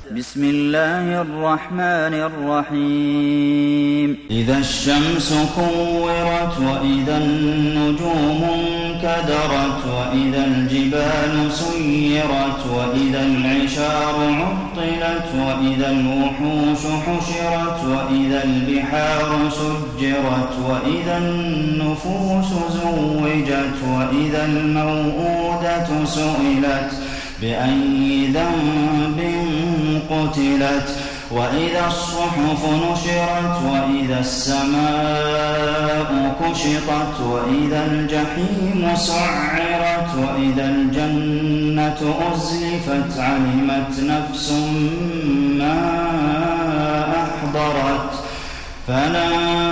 بسم الله الرحمن الرحيم إذا الشمس كورت وإذا النجوم انكدرت وإذا الجبال سيرت وإذا العشار عطلت وإذا الوحوش حشرت وإذا البحار سجرت وإذا النفوس زوجت وإذا الموءودة سئلت بأي ذنب قتلت وإذا الصحف نشرت وإذا السماء كشطت وإذا الجحيم سعرت وإذا الجنة أزلفت علمت نفس ما أحضرت فلا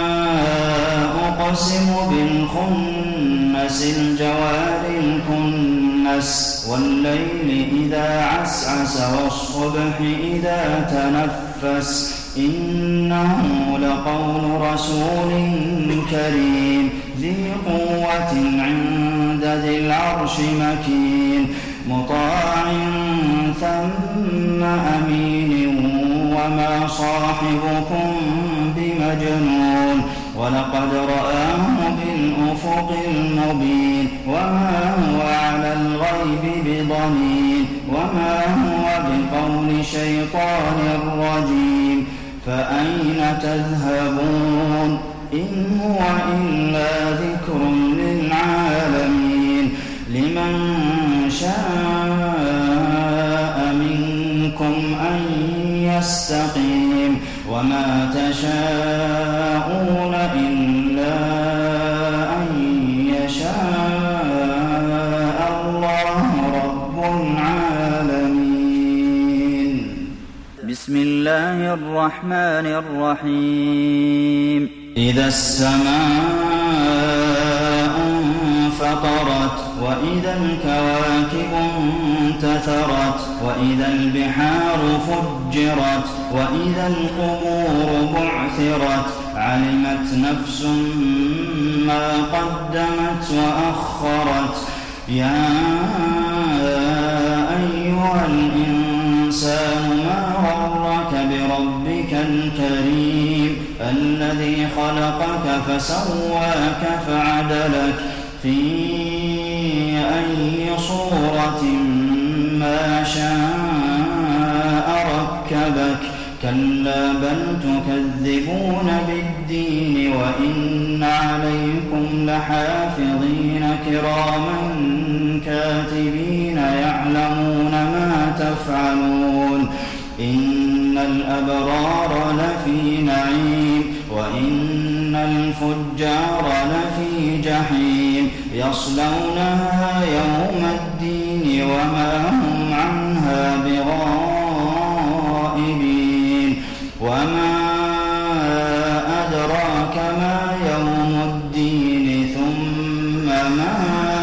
أقسم بالخنس الجوار الكنس والليل إذا عسعس والصبح إذا تنفس إنه لقول رسول كريم ذي قوة عند ذي العرش مكين مطاع ثم أمين وما صاحبكم بمجنون ولقد رآه بالأفق المبين وما هو على الغيب بضنين وما هو بقول شيطان رجيم فأين تذهبون إن هو إلا ذكر للعالمين لمن شاء منكم أن يستقيم وما تشاءون إلا أن يشاء الله رب العالمين بسم الله الرحمن الرحيم إذا السماء انفطرت وإذا الكواكب انتثرت وإذا البحار فجرت وإذا القبور بعثرت علمت نفس ما قدمت وأخرت يا أيها الإنسان ما غرك بربك الكريم الذي خلقك فسواك فعدلك في أي صورة ما شاء ركبك كلا بل تكذبون بالدين وإن عليكم لحافظين كراما كاتبين يعلمون ما تفعلون إن الأبرار لفي نعيم وإن الفجار لفي جحيم يصلونها يوم الدين وما هم عنها بغائبين وما أدراك ما يوم الدين ثم ما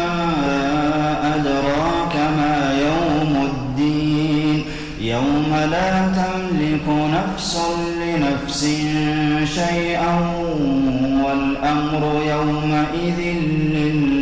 أدراك ما يوم الدين يوم لا تملك نفس لنفس شيئا والأمر يومئذ لله